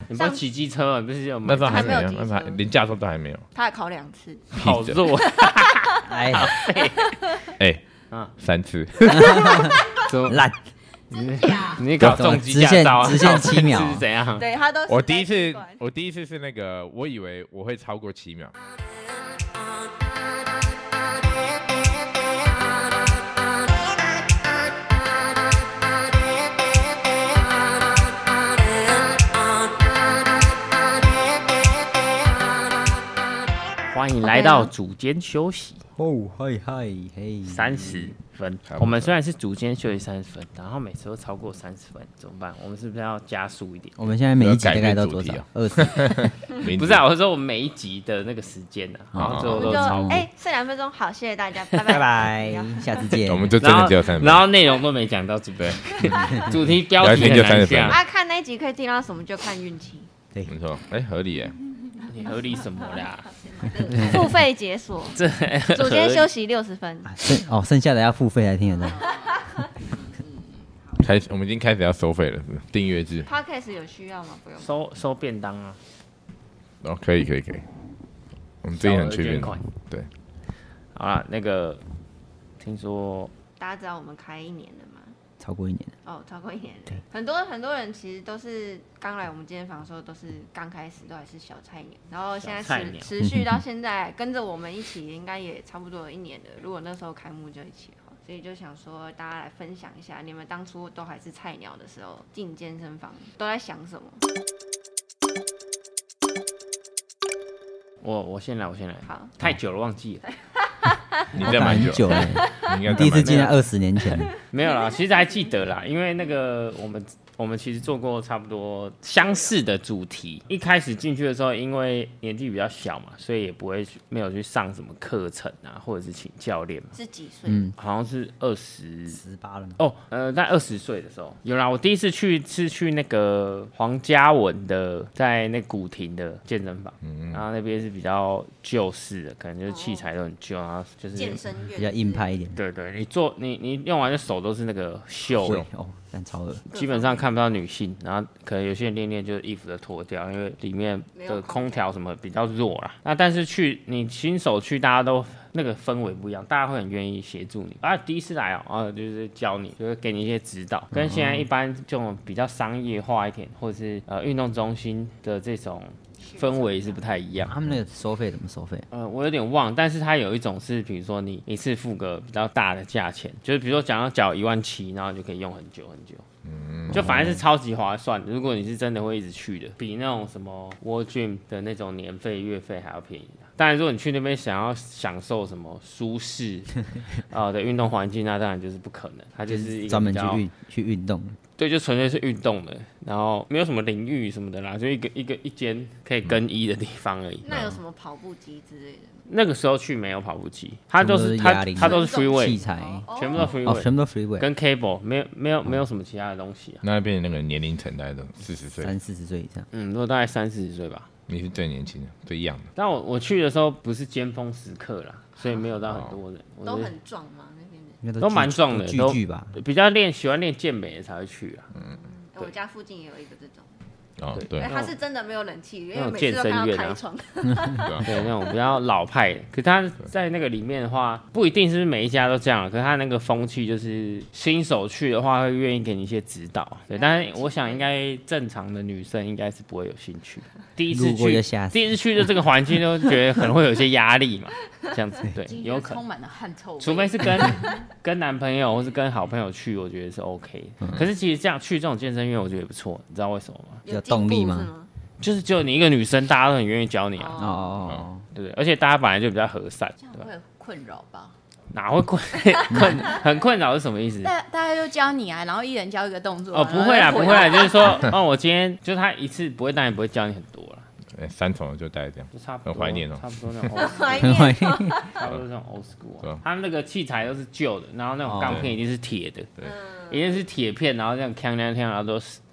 你不是骑机车吗？你不是有那时候还没有， 那时候连驾照都还没有。 他还考2次， 好弱。 哎， 3次， 烂， 你搞重机驾照直线7秒是怎样？ 对他都我第一次是那个，我以为我会超过7秒。 欢迎来到组间休息。 哦，嗨嗨嘿 ，30分。 差不多我们虽然是组间休息30分，然后每次都超过30分，怎么办？我们是不是要加速一点？ 我们现在每一集大概都多少？20。 不是啊，我是说我们每一集的那个时间呢，然后最后都超过。 剩2分钟，好，谢谢大家，拜拜拜，下次见。 我们就真的只有3分， 然后内容都没讲到，对，主题标题很难下。 看那一集可以听到什么，就看运气。 对，没错，合理耶。 你合理什么啦？ 付费解锁，组间休息60分。 剩下的要付费才听得到。 我们已经开始要收费了，订阅制。 Podcast 有需要吗？不用。 收便当啊。 哦，可以。我们最近很缺便当。对。 好啦，那个听说大家知道我们开1年了吗？ 超过1年了。 哦，超过1年了。很多人其实都是刚来我们健身房的时候，都是刚开始都还是小菜鸟，然后现在持续到现在，跟着我们一起，应该也差不多有1年了。如果那时候开幕就一起的话，所以就想说大家来分享一下，你们当初都还是菜鸟的时候进健身房都在想什么？ 我先来。 好， 太久了忘记了。 你这蛮久了，你应该第一次进来20年前。 没有啦，其实还记得啦，因为那个我们其实做过差不多相似的主题。一开始进去的时候，因为年纪比较小嘛，所以也没有去上什么课程啊，或者是请教练嘛。 是几岁？ 好像是 18了吗？ 哦，在20岁的时候有啦。我第一次去是去那个黄嘉文的，在那古亭的健身房，然后那边是比较旧式的，可能就是器材都很旧，然后就是健身院比较硬派一点。 对，你用完的手都是那个锈哦，但超恶， 基本上看不到女性，然后可能有些人练就是衣服都脱掉，因为里面的空调什么比较弱啦。那但是你新手去，大家都那个氛围不一样，大家会很愿意协助你啊。第一次来就是教你，就是给你一些指导，跟现在一般这种比较商业化一点，或者是运动中心的这种氛围是不太一样。 他们那个收费怎么收费？ 我有点忘，但是它有一种是，比如说你一次付个比较大的价钱，就是比如说讲要缴17000，然后就可以用很久。就反正是超级划算的。如果你是真的会一直去的，比那种什么 World Gym 的那种年费月费还要便宜。当然，如果你去那边想要享受什么舒适的运动环境，那当然就是不可能。它就是一个专门去运动。 对，就纯粹是运动的，然后没有什么淋浴什么的啦，就一间可以更衣的地方而已。 那有什么跑步机之类的？ 那个时候去没有跑步机，它都是 free weight 器材， 全部都 free weight， 全部都 free weight， 跟 cable 没有什么其他的东西啊。 那边那个年龄层大概都40岁 ，30-40岁以上。 如果大概30-40岁吧。 你是最年轻的，最样的。 但我去的时候不是尖峰时刻啦，所以没有到很多人。 都很壮吗？那边都蛮壮的， 巨吧。 比较喜欢练健美的才会去啦。 我家附近也有一个这种。 对， 他是真的没有冷气，因为每次都看到开窗。 对，那种比较老派的。可他在那个里面的话，不一定是每一家都这样，可是他那个风气就是新手去的话，会愿意给你一些指导。对，但是我想应该正常的女生应该是不会有兴趣。第一次去的这个环境，都觉得可能会有一些压力嘛，这样子对，有可能充满了汗臭味。 除非是跟男朋友或是跟好朋友去，我觉得是 OK。可是其实这样去这种健身院，我觉得也不错，你知道为什么吗？ 有动力吗？ 就是只有你一个女生，大家都很愿意教你啊。对不对？而且大家本来就比较和善， 这样会困扰吧？ 哪会很困扰是什么意思？ 大家就教你啊，然后一人教一个动作。 不会啦，就是说，我今天就他一次不会，当然不会教你很多啦。 3重就大概这样， 就差不多， 很怀念哦， 差不多那种差不多这种 old school。他们那个器材都是旧的，然后那种钢片一定是铁的，一定是铁片，然后这样锵，然后都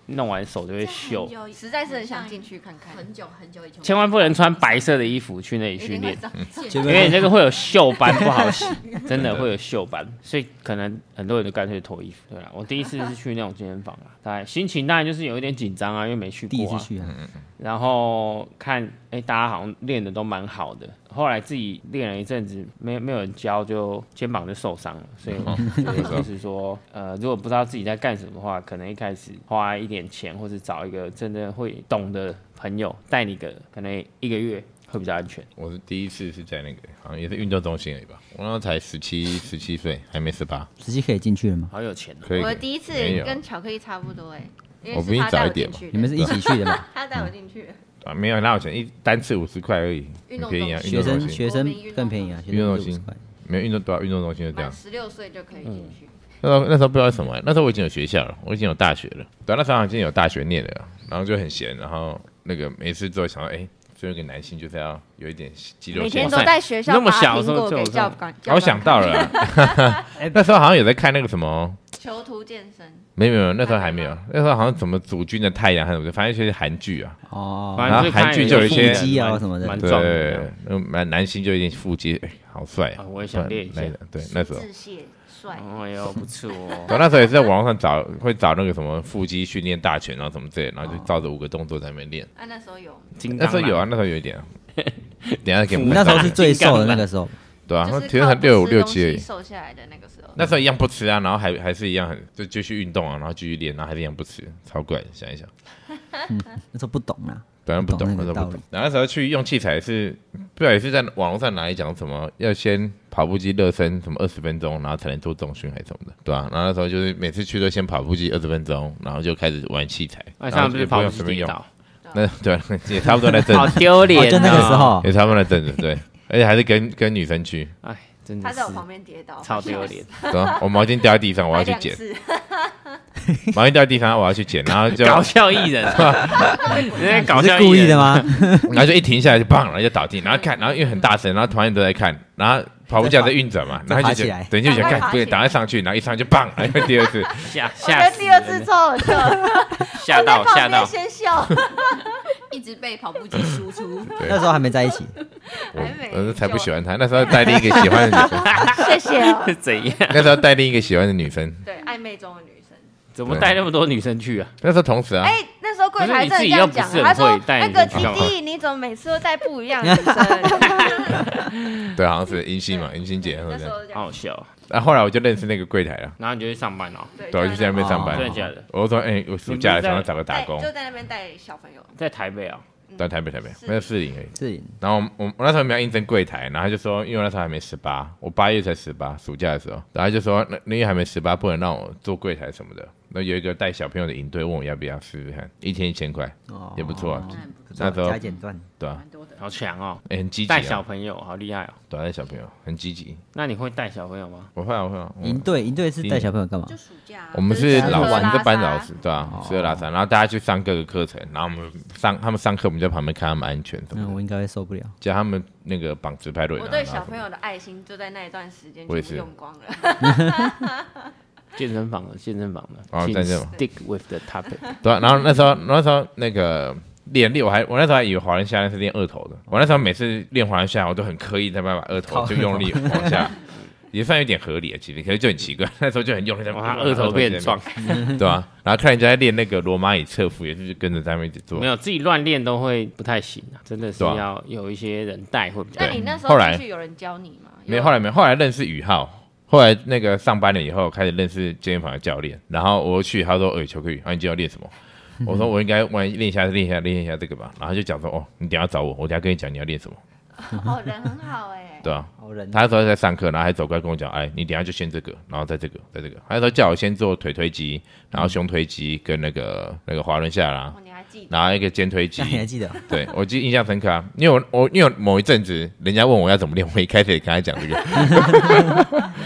弄完手就会锈。 实在是很想进去看看。 很久以前， 千万不能穿白色的衣服去那里训练， 因因为你这个会有锈斑，不好洗，真的会有锈斑，所以可能很多人都干脆脱衣服。对啦，我第一次是去那种健身房啊，大概心情当然就是有一点紧张啊，因为没去过、啊， 第一次去啊， 然后看大家好像练的都蛮好的，后来自己练了一阵子，没有人教，就肩膀就受伤了，所以就是说，如果不知道自己在干什么的话，可能一开始花一点钱，或者找一个真的会懂的朋友带你可能1个月会比较安全。 我是第一次是在那个好像也是运动中心而已吧，我那时候才17岁，还没18， 实际可以进去了吗？ 好有钱哦！ 可以。 我的第一次跟巧克力差不多因为我比你早一点嘛。 你们是一起去的吗？ 他带我进去的。 没有，哪有钱？单次50块而已，很便宜啊。 学生更便宜啊， 运动中心没有运动中心就这样。 16岁就可以进去。 那时候不知道什么，那时候我已经有学校了，我已经有大学了。对，那时候已经有大学念了，然后就很闲，然后那个每次都会想到，作为一个男性就是要有一点肌肉。 每天都在学校那么小的时候就我想到了那时候好像有在看那个什么囚徒健身。 没有，那时候还没有。那时候好像什么主君的太阳还是什么，反正就是韩剧啊。然后韩剧就有一些腹肌啊什么的， 对，男星就有点腹肌，好帅啊！ 我也想练一下。 对，那时候。 自卸帅。 哎呦，不错哦。 我那时候也是在網上找那个什么腹肌训练大全，然后什么之类，然后就照着5个动作在那边练。 那时候有。 那时候有啊，那时候有一点。等一下给我们。 那时候是最瘦的那个时候。 对啊，体重才65、67而已。 瘦下来的那个时候。 那时候一样不吃啊，然后还是一样就继续运动啊，然后继续练，然后还是一样不吃，超怪。想一想， 那时候不懂啊， 当然不懂，那时候不懂。然后那时候去用器材是，不知道也是在网络上哪里讲什么，要先跑步机热身什么20分钟，然后才能做重训还是什么的，对吧？然后那时候就是每次去都先跑步机20分钟，然后就开始玩器材， 然后不是跑步机跌倒， 那对，也差不多在阵子， 好丢脸， 就那个时候也差不多在阵子，对，而且还是跟女生去， 哎。 他在我旁边跌倒， 超丢脸。 对啊，我毛巾掉在地上，我要去捡。毛巾掉在地上，我要去捡，然后就搞笑艺人，搞笑是故意的吗？ 然后就一停下来就砰，然后就倒地，然后看，然后因为很大声，然后团员都在看，然后跑步机在运转嘛，然后就等就想看，对，赶快上去，然后一上去砰，然后第二次吓死，第二次超好笑， 吓到， 先笑， 一直被跑步机输出。 那时候还没在一起， 我才不喜欢他，那时候带另一个喜欢的女生， 谢谢。 是怎样？ 那时候带另一个喜欢的女生， 对，暧昧中的女生， 怎么带那么多女生去啊？ 那时候同时啊， 那时候柜台真的这样讲，他说那个弟弟，你怎么每次都带不一样的女生？ 对，好像是银星嘛，银星姐， 那时候好笑。 然后后来我就认识那个柜台了， 然后你就去上班了， 对，我就在那边上班， 真的假的？ 我就说，我暑假想要找个打工， 就在那边带小朋友， 在台北啊。 在台北，没有士林而已。 士林。 然后我那时候没有应征柜台，然后他就说，因为我那时候还没18，我8月才18，暑假的时候，然后就说那因为还没18，不能让我做柜台什么的。那有一个带小朋友的营队，问我要不要试试看，一天1000块，也不错啊。那时候加减赚， 对啊， 好强哦， 很积极， 带小朋友好厉害哦， 对，带小朋友很积极。 那你会带小朋友吗？ 我会啊。 营队是带小朋友干嘛？ 就暑假， 我们是我们这班老师，对啊，12拉3，然后大家去上各个课程，然后他们上课，我们在旁边看他们安全什么的。 我应该会受不了， 叫他们那个绑直排轮。 我对小朋友的爱心就在那一段时间就用光了。 健身房的， 哦，在这 stick with the topic。 对啊，然后那时候那个练，我那时候还以为滑轮下是练二头的。我那时候每次练滑轮下，我都很刻意在把二头就用力往下，也算有点合理啊，其实，可是就很奇怪，那时候就很用力在把二头变壮， 对吧？然后看人家在练那个罗马椅侧腹，也是跟着在那边一直做。 没有自己乱练都会不太行啊，真的是要有一些人带会比较。 那你那时候进去有人教你吗？ 没有，后来认识宇浩。后来那个上班了以后，开始认识健身房的教练，然后我去，他说：“邱克宇，你今天要练什么？”我说：“我应该练一下这个吧。”然后就讲说：“你等一下找我，我等一下跟你讲你要练什么。” 人很好对啊，他那时候在上课，然后还走过来跟我讲：“你等一下就先这个，然后再这个。”他那时候叫我先做腿推肌，然后胸推肌跟那个滑轮下拉，然后一个肩推肌。 你还记得？ 对，我记得印象深刻啊，因为某一阵子人家问我要怎么练，我一开始也跟他讲这个。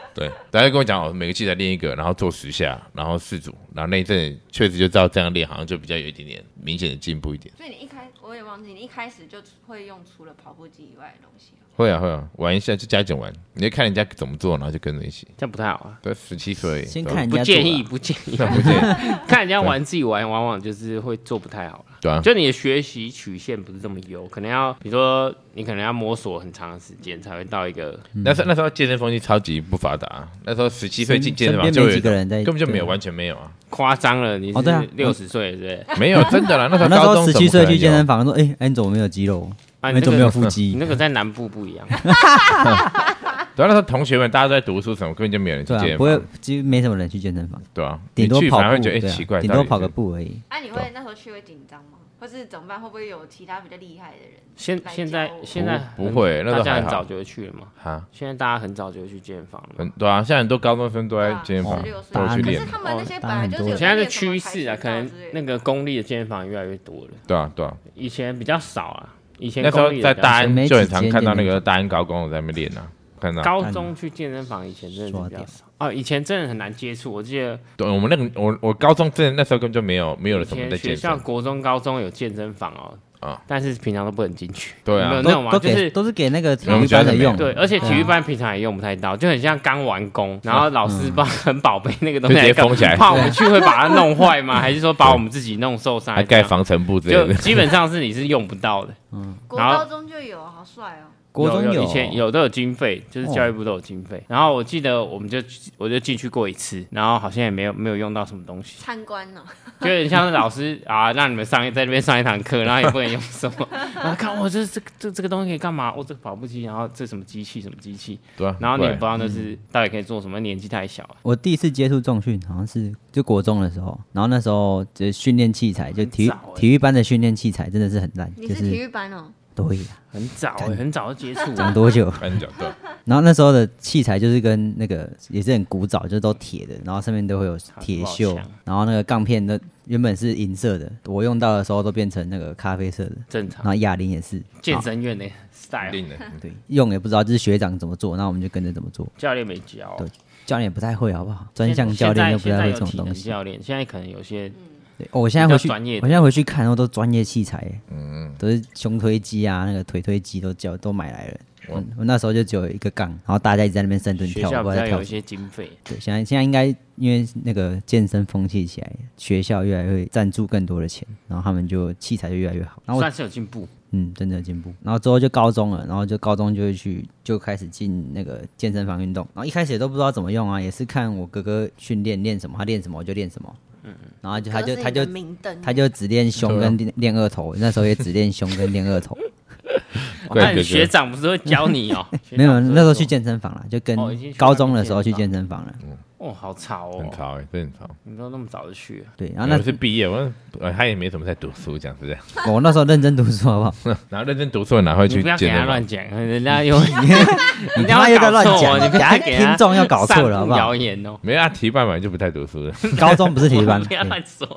对，大家跟我讲每个器材练一个，然后做10下，然后4组，然后那一阵确实就照这样练，好像就比较有一点点明显的进步一点。 所以我也忘记你一开始就会用除了跑步机以外的东西。 会啊，玩一下就加减玩，你就看人家怎么做，然后就跟着一起。 这样不太好啊。 对，17岁， 先看人不家做啦建议，不建议，看人家玩自己玩，往往就是会做不太好啦。 对啊， 就你的学习曲线不是这么优，可能要比如说你可能要摸索很长的时间才会到一个。 那时候健身风气超级不发达，那时候17岁进健身房身边就有没几个人在， 根本就没有， 对完全没有啊， 夸张了，你是对啊 60岁，对不对？ 没有真的啦。那时候我那时候高中 17岁去健身房， 房说，你怎么没有肌肉？ 啊， 你怎么没有腹你肌？ 那个在南部不一样， 对啊，那时候同学们大家都在读书什么，根本就没有人去对啊， 健身不会房，， 几乎没什么人去健身房， 对啊， 顶多跑步， 你去反而会觉得对啊奇怪， 顶多跑个步而已。 啊，你会那时候去会紧张吗？或是怎么办？会不会有其他比较厉害的人？ 现在不会那时候还好大家很早就会去了嘛。 哈， 现在大家很早就会去健身房了。 对啊，现在很多高中生都在健身房 16岁可都会去练是，他们那些本来就是有现在是练什么趋势啊，可能那个公立的健身房越来越多了， 对啊，对啊。 以前比较少啊。以前那时候公立的比较在大安没就很几间常看到那健身个大安高工在那边练啊，看到。 高中去健身房以前真的是比较少哦，以前真的很难接触。我记得对，我们那个我高中真的那时候根本就没有以什么前在健身学校国中、高中有健身房哦， 啊， 但是平常都不能进去。 对啊有没有那种嘛，就是都是给那个体育我们学校没有班的用， 对，而且体育啊班平常也用不太到，就很像刚完工，然后老师帮很宝贝那个东西就直接来干嘛封起来怕我们去会把它弄坏吗？还是说把我们自己弄受伤？ 还盖防尘布之类的。 就基本上是你是用不到的。 国然后高中就有，好帅哦。 国中以前有都有经费，就是教育部都有经费。然后我记得我就进去过一次，然后好像也没有用到什么东西， 参观呢？ 就有点像是老师啊，让你们在这边上一堂课，然后也不能用什么。然后看我这个东西可以干嘛？这个跑步机，然后这什么机器， 对啊， 然后你也不知道那是到底可以做什么，年纪太小了。 我第一次接触重训好像是就国中的时候，然后那时候就训练器材，就很早欸体育班的训练器材真的是很烂，就是你体育班哦？ 对呀， 很早很早就接触讲多久？ 翻脚对， 然后那时候的器材就是跟那个也是很古早，就是都铁的，然后上面都会有铁锈好强， 然后那个杠片的原本是银色的，我用到的时候都变成那个咖啡色的， 正常然后哑铃也是， 健身院的 style， 练的。 对，用也不知道，就是学长怎么做，那我们就跟着怎么做， 教练没教。 对教练也不太会，好不好？专项教练又不太会这种东西。 教练现在可能有些对我现在回去， 比较专业的我现在回去看，都专业器材耶，都是胸推机啊，那个腿推机都买来了。我那时候就只有一个杠，然后大家一直在那边深蹲跳， 学校不知道在跳什么。 比较有一些经费， 对，现在应该因为那个健身风气起来，学校越来越赞助更多的钱，然后他们就器材就越来越好。然后我算是有进步。 真的有进步。然后之后就高中了，然后就高中就开始进那个健身房运动，然后一开始也都不知道怎么用啊，也是看我哥哥训练什么，他练什么我就练什么。然后他就只练胸跟练二头，那时候也只练胸跟练二头。 那你学长不是会教你哦？ 没有，那时候去健身房了，就跟已经去高中的时候去健身房了。 哦，好潮哦， 很潮哎，真的很潮。 你都那么早就去了， 对，然后我是毕业，他也没怎么在读书，讲是这样。 我那时候认真读书，好不好？ 然后认真读书，哪会去你不要给健身房？ 他乱讲，人家又你他妈又在乱讲， 你不等下要给他听众要搞错了，好不好散布谣？言哦， 没有啊，提办本来就不太读书的。 高中不是体育班不，要乱说。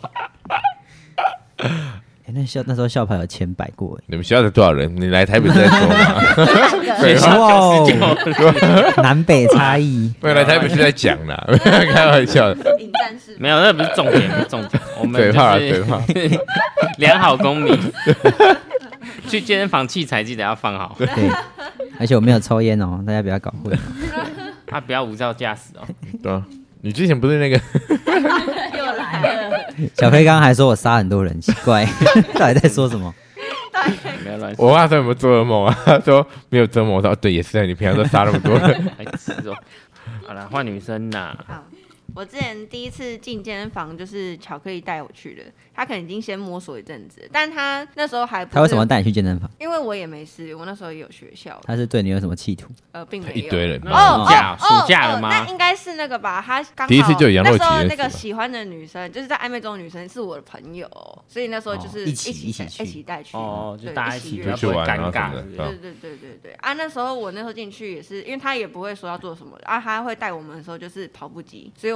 那时候校牌有前百过， 你们学校的多少人？你来台北再说嘛。 学校哇 99 南北差异。 没有来台北是在讲啦，开玩笑的。 引战士没有，那不是重点，不是重点。我们嘴炮啊， 就是嘴炮。 良好公民。去健身房器材记得要放好， 对，而且我没有抽烟哦，大家不要搞混。 他不要无照驾驶哦。 对啊，你之前不是那个又来了， 小飞刚刚还说我杀很多人，奇怪，到底在说什么？ 不要乱说， 我问他说有没有做噩梦啊？他说没有做梦。我说哦对，也是啊，你平常都杀那么多人。 还吃哦。好了，换女生啦。 好，我之前第一次进健身房就是巧克力带我去的，他可能已经先摸索一阵子，但他那时候还不是他为什么带你去健身房？ 因为我也没事，我那时候也有学校， 他是对你有什么企图？ 并没有一堆人， 哦暑假了吗那应该是那个吧，他刚好第一次就有杨若琪那时候认识吧那个喜欢的女生，就是在暧昧中的女生是我的朋友，所以那时候就是一起去一起带去， 哦，就对大家一起约比较不会尴出去玩然后尬， 什么的是不是对啊！那时候我那时候进去也是，因为他也不会说要做什么啊，他会带我们的时候就是跑步机，所以我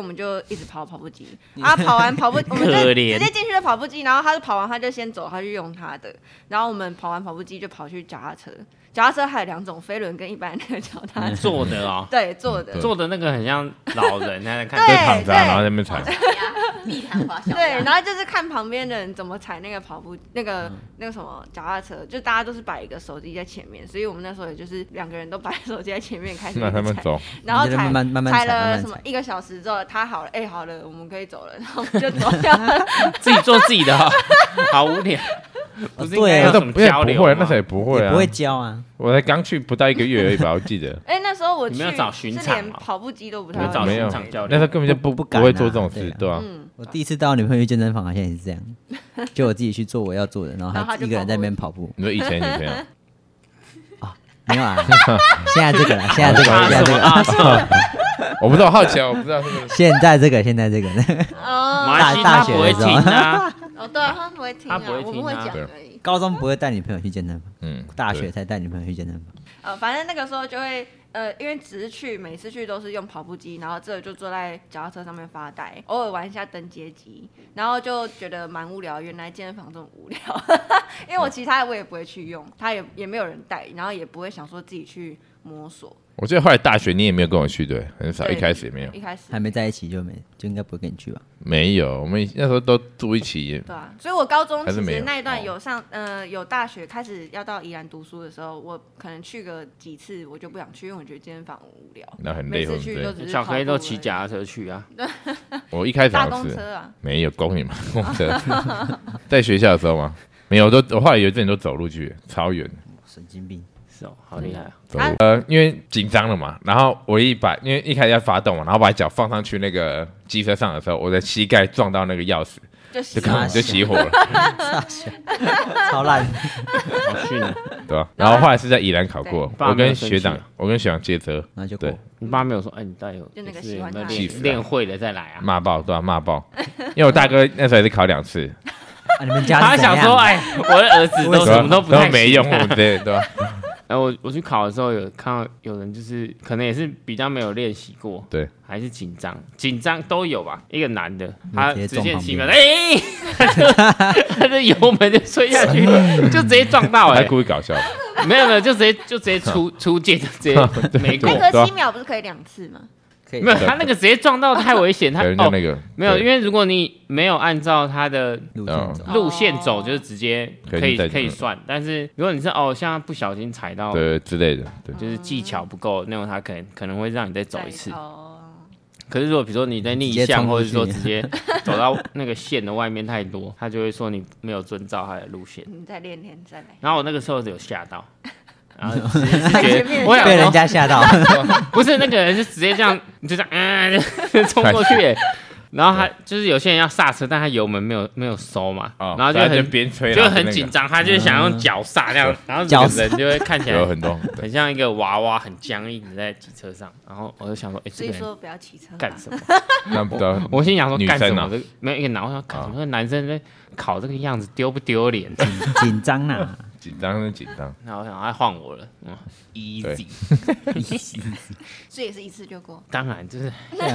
们就一直跑跑步机，跑完跑步，我们就直接进去了跑步机，然后他就跑完他就先走，他就用他的，然后我们跑完跑步机就跑去脚踏车。脚踏车还有2种，飞轮跟一般那个脚踏车。 坐的哦。 对，坐的。 坐的那个很像老人，他在看。 对，躺着然后在那边踩。 地毯滑小。 对，然后就是看旁边的人怎么踩那个跑步那个什么脚踏车，就大家都是摆一个手机在前面，所以我们那时候也就是2个人都摆手机在前面开始踩。 那他们走。 然后踩了什么1个小时之后，他好了，好了，我们可以走了，然后我们就走掉了。 自己做自己的，好无聊。不是对， 有什么交流？ 不会，那时候也不会啊， 不会教啊。 我才刚去不到1个月而已吧，我记得。 那时候我去你没有找巡场， 连跑步机都不太会， 没有找巡场教练， 那时候根本就不会做这种事，对吧？ 我第一次带我女朋友去健身房，好像也是这样，就我自己去做我要做的，然后她一个人在那边跑步。 你说以前女朋友？ 没有啊，现在这个，现在这个， 我不知道，好奇啊，我不知道是不是。 现在这个， 大学不会听啊。 对啊，他不会听啊，我们会讲而已。 高中不会带女朋友去健身房，大学才带女朋友去健身房。 反正那个时候就会。因为只是去，每次去都是用跑步机，然后这就坐在脚踏车上面发呆，偶尔玩一下登阶机，然后就觉得蛮无聊。原来健身房这么无聊，因为我其他的我也不会去用，他也没有人带，然后也不会想说自己去摸索。 我记得后来大学你也没有跟我去，对，很少，一开始也没有， 一开始还没在一起就应该不会跟你去吧？ 没有，我们那时候都住一起。 对啊，所以我高中其实那一段有大学开始要到宜兰读书的时候，我可能去个几次，我就不想去，因为我觉得健身房无聊， 那很累， 每次去就只是小黑都骑脚踏车去啊。 我一开始大公车啊， 没有公你们公车，在学校的时候吗？没有，我后来有一阵都走路去，超远， 神经病。 是哦，好厉害啊！ 因为紧张了嘛，然后我因为一开始要发动嘛，然后把脚放上去那个机车上的时候，我的膝盖撞到那个钥匙，就可能就熄火了， 超烂， 好逊啊！ 对吧？然后后来是在宜兰考过，我跟学长借车， 那就对。 你爸没有说，你带有就那个喜欢他练会了再来啊？ 骂爆，对吧？骂爆，因为我大哥那时候也是考2次。 你们家他想说，我的儿子都什么都不太没用，对吧？ 然后我去考的时候有看到有人就是可能也是比较没有练习过， 对， 还是紧张都有吧。一个男的，他直线7秒，他的油门就吹下去，就直接撞到， 他故意搞笑的， 没有，就直接出界，就直接没过。 那个7秒不是可以2次吗？ 没有，他那个直接撞到太危险，他那个没有，因为如果你没有按照他的路线走，就是直接可以算。但是如果你是像不小心踩到对之类的，对， 就是技巧不够那种，他可能会让你再走一次。可是如果比如说你在逆向，或者说直接走到那个线的外面太多，他就会说你没有遵照他的路线。 你再练再来。 然后我那个时候有吓到。然后是觉得我被人家吓到， 不是那个人就直接这样，就这样就冲过去，然后他就是有些人要刹车，但他油门没有收嘛，然后就很紧张，他就想用脚刹这样，然后整个人就会看起来很像一个娃娃，很僵硬的在机车上。然后我就想说， 所以说不要骑车干什么？ 那不知道， 我心想说干什么？没有一个男，我想干什么？男生在考这个样子丢不丢脸？ 紧张啊！ 紧张。 然后我想他换我了，easy， 所以也是一次就过。 当然就是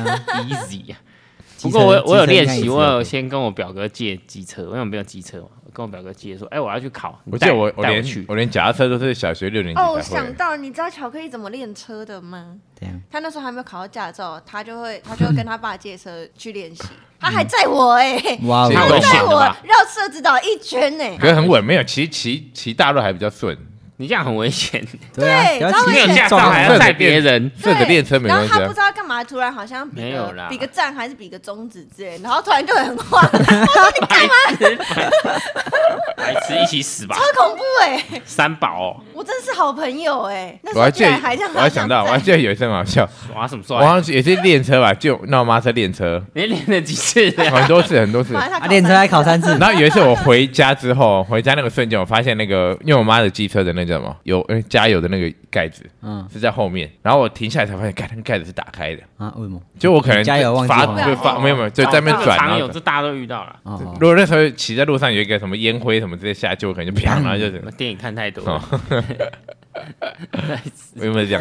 easy 呀。不过我有练习，我有先跟我表哥借机车，因为我没有机车嘛，我跟我表哥借说，我要去考， 我记得我连脚踏车都是小学6年级才会。 我想到，你知道巧克力怎么练车的吗？他那时候还没有考到驾照，他就会跟他爸借车去练习。他还载我哇， 他还载我绕社子岛1圈可是很稳，没有骑大路还比较顺。 你这样很危险， 对， 没有驾照还要载别人， 顺着练车没关系。 然后他不知道干嘛，突然好像比个赞还是比个中指之类，然后突然就很慌。我说你干嘛？ 白痴一起死吧！ 超恐怖三宝我真是好朋友那时候居然还这样。 我还想到，我还记得有一次很好笑， 耍什么帅？ 我好像也是练车吧，就那我妈车练车， 你练了几次？ 很多次。 练车还考3次。 然后有一次我回家之后，回家那个瞬间，我发现那个因为我妈的机车的那叫什么加油的那个盖子，是在后面。然后我停下来才发现，那个盖子是打开的啊？ 为什么？ 就我可能加油忘记没有，就在那边转。 常有，这大家都遇到了。 如果那时候骑在路上有一个什么烟灰什么之类下去，我可能就啪，然后就电影看太多了。 我有没有这样想？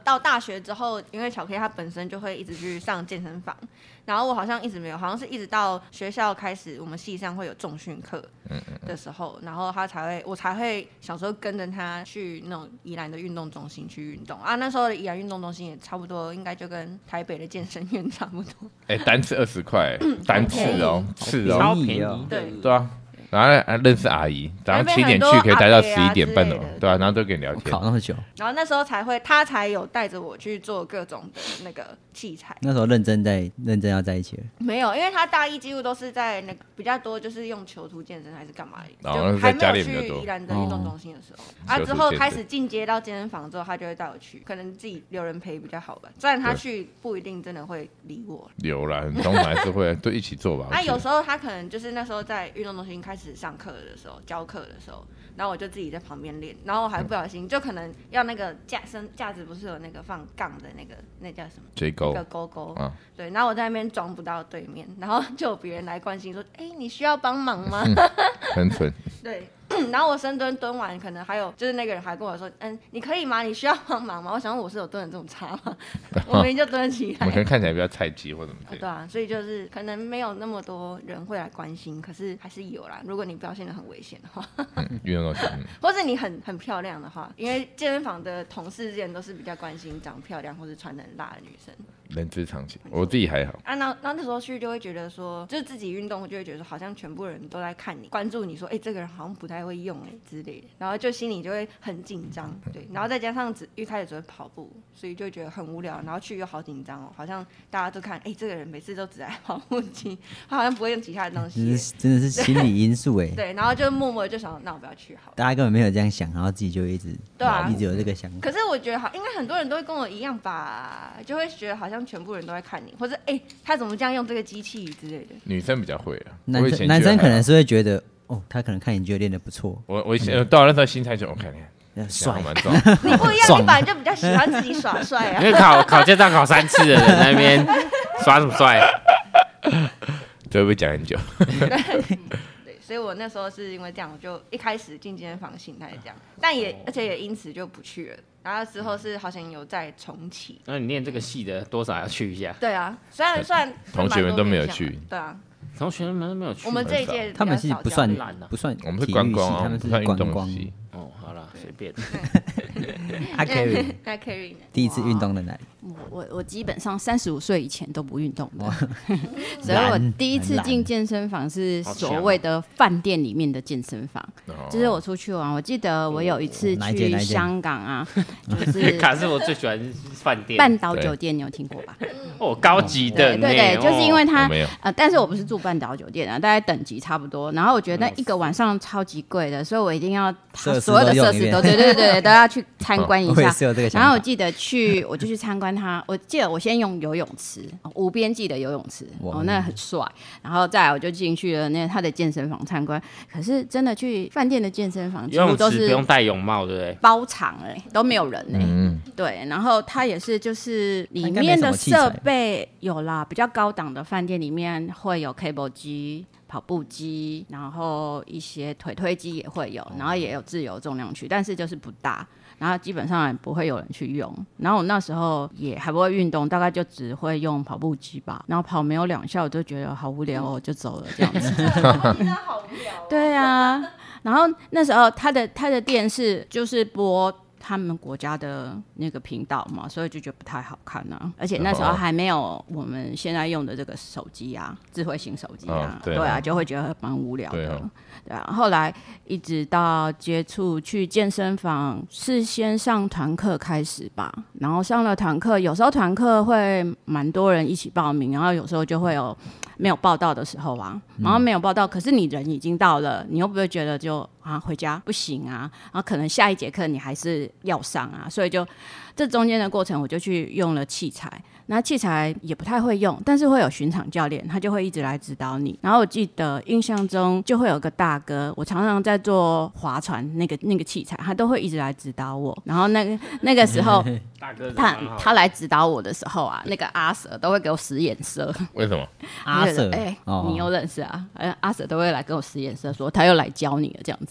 到大学之后，因为小 K 他本身就会一直去上健身房，然后我好像一直没有，好像是一直到学校开始我们系上会有重训课的时候，然后我才会小时候跟着他去那种宜兰的运动中心去运动啊。那时候的宜兰运动中心也差不多，应该就跟台北的健身院差不多。 单次20块，单次哦，是哦， 超便宜。 对啊。然后还认识阿姨，早上7点去可以待到11点半哦，对啊，然后都跟你聊天， 考那么久， 然后那时候他才有带着我去做各种的那个器材。 那时候认真要在一起了， 没有，因为他大一几乎都是在那个比较多，就是用囚徒健身还是干嘛的，就还没有去宜兰的运动中心的时候，之后开始进阶到健身房之后，他就会带我去，可能自己有人陪比较好吧。虽然他去不一定真的会理我， 有啦，通常还是会都一起做吧。 有时候他可能就是那时候在运动中心开始上课的时候，教课的时候，然后我就自己在旁边练，然后我还不小心就可能要那个架子不是有那个放杠的那叫什么？ 追钩。 一个勾，对，然后我在那边装不到对面，然后就有别人来关心说：“你需要帮忙吗？” 很蠢。 对。然后我深蹲完，可能还有就是那个人还跟我说：“你可以吗？你需要帮忙吗？”我想我是有蹲得这么差吗？我明明就蹲得起来。 我可能看起来比较菜鸡或怎么的。 对啊，所以就是可能没有那么多人会来关心，可是还是有啦。如果你表现得很危险的话， 运动中心， 或是你很漂亮的话，因为健身房的同事之间都是比较关心长漂亮或是穿得很辣的女生。 人之常情，我自己还好啊。那时候去就会觉得说，就是自己运动就会觉得说，好像全部人都在看你，关注你说，这个人好像不太会用之类的，然后就心里就会很紧张，对。然后再加上一开始只会跑步，所以就觉得很无聊，然后去又好紧张哦，好像大家都看，这个人每次都只爱跑步机，他好像不会用其他的东西， 真的是心理因素哎。 对，然后就默默就想，那我不要去好了。 大家根本没有这样想，然后自己就一直有这个想法。 可是我觉得应该很多人都会跟我一样吧，就会觉得好像全部人都在看你，或者他怎么这样用这个机器之类的。 女生比较会啊， 男生可能是会觉得他可能看你觉得练得不错。 我以前到那时候心态就我看帅蛮壮。 你不一样，你本来就比较喜欢自己耍帅啊。 因为考驾照考3次的人在那边耍什么帅？ 这会不会讲很久？ 对，所以我那时候是因为这样，我就一开始进健身房心态这样，但而且也因此就不去了。然后之后是好像有再重启。 那你练这个系的多少要去一下？ 对啊，虽然同学们都没有去。 对啊， 同学们都没有去。 我们这一届他们是不算， 我们是观光， 他们是观光系。 好了，随便。 阿 Carry， 第一次运动的哪里？ 我基本上35岁以前都不运动的，所以我第一次进健身房是所谓的饭店里面的健身房，就是我出去玩。我记得我有一次去香港啊，就是卡是我最喜欢饭店， 半岛酒店，你有听过吧？ 高级的， 对，就是因为它但是我不是住半岛酒店啊，大概等级差不多。然后我觉得那一个晚上超级贵的，所以我一定要所有的设施都对都要去参观一下。然后我记得我就去参观它，我记得我先用游泳池，无边际的游泳池，那很帅。然后再来我就进去了他的健身房参观。可是真的去饭店的健身房，几乎都是不用戴泳帽，对不对？ 包场都没有人对。然后它也是就是里面的设备有啦，比较高档的饭店里面会有 cable 机。跑步机，然后一些腿推机也会有，然后也有自由重量区，但是就是不大，然后基本上也不会有人去用。然后我那时候也还不会运动，大概就只会用跑步机吧，然后跑没有2下我就觉得好无聊就走了这样子。 真的好无聊。 对啊，然后那时候他的电视就是播他们国家的那个频道嘛，所以就觉得不太好看啊。而且那时候还没有我们现在用的这个手机啊，智慧型手机啊，对啊，就会觉得蛮无聊的。对啊，后来一直到接触去健身房，是先上团课开始吧。然后上了团课，有时候团课会蛮多人一起报名，然后有时候就会有没有报到的时候啊。然后没有报到，可是你人已经到了，你又不会觉得就回家不行啊，然后可能下一节课你还是要上啊，所以就这中间的过程我就去用了器材。那器材也不太会用，但是会有巡场教练，他就会一直来指导你。然后我记得印象中就会有个大哥，我常常在做划船那个器材，他都会一直来指导我。然后那个时候大哥他来指导我的时候啊，那个阿 Sir 都会给我使眼色。 为什么？ 阿 Sir 你又认识啊？阿 Sir 都会来跟我使眼色，说他又来教你了这样子。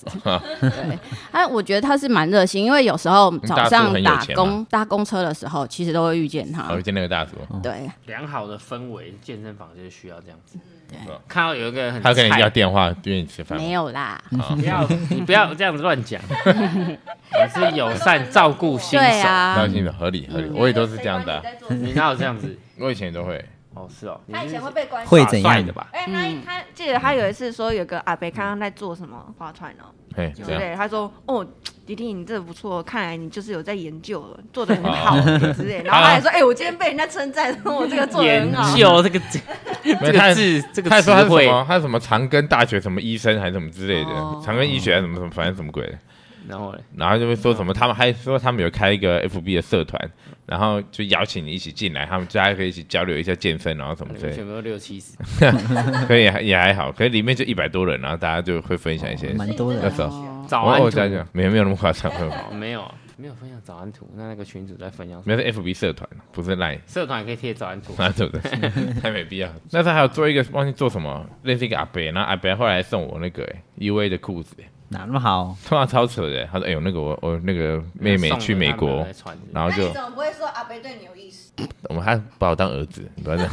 子。对，我觉得他是蛮热心，因为有时候早上搭公车的时候，其实都会遇见他。 遇见那个大叔。 对， 良好的氛围，健身房就是需要这样子。对，看到有一个很， 他跟你要电话约你吃饭， 没有啦， 你不要这样子乱讲，我是友善照顾新手， 对啊， 照顾新手合理，我也都是这样的。 你哪有这样子？ 我以前都会。 哦，是哦， 他以前会被关会怎样的吧？ 他记得他有一次说有个阿伯刚刚在做什么划船哦，对，他说哦，弟弟你这个不错，看来你就是有在研究了，做的很好之类。然后他还说，我今天被人家称赞，说我这个做的很好。 研究这个字， 他说他什么长庚大学什么医生还是什么之类的，长庚医学还是什么反正什么鬼的。然后就会说什么，他们还说他们有开一个 FB 的社团，然后就邀请你一起进来，他们大家可以一起交流一下健身，然后什么之类的。 全部都60-70， 可以也还好，可是里面就100多人，然后大家就会分享一些， 蛮多的。 那时候早安图没有那么夸张， 没有分享早安图，那个群主在分享， 没有是 FB 社团，不是 LINE 社团也可以贴早安图， 对不对？太没必要。那时候还有做一个忘记做什么，认识一个阿伯，然后阿伯后来送我那个UA 的裤子。 哪那么好？ 突然超扯的，他说：“那个我那个妹妹去美国，然后就…… 那你怎么不会说阿伯对你有意思？ 我们还把我当儿子，你不要这样。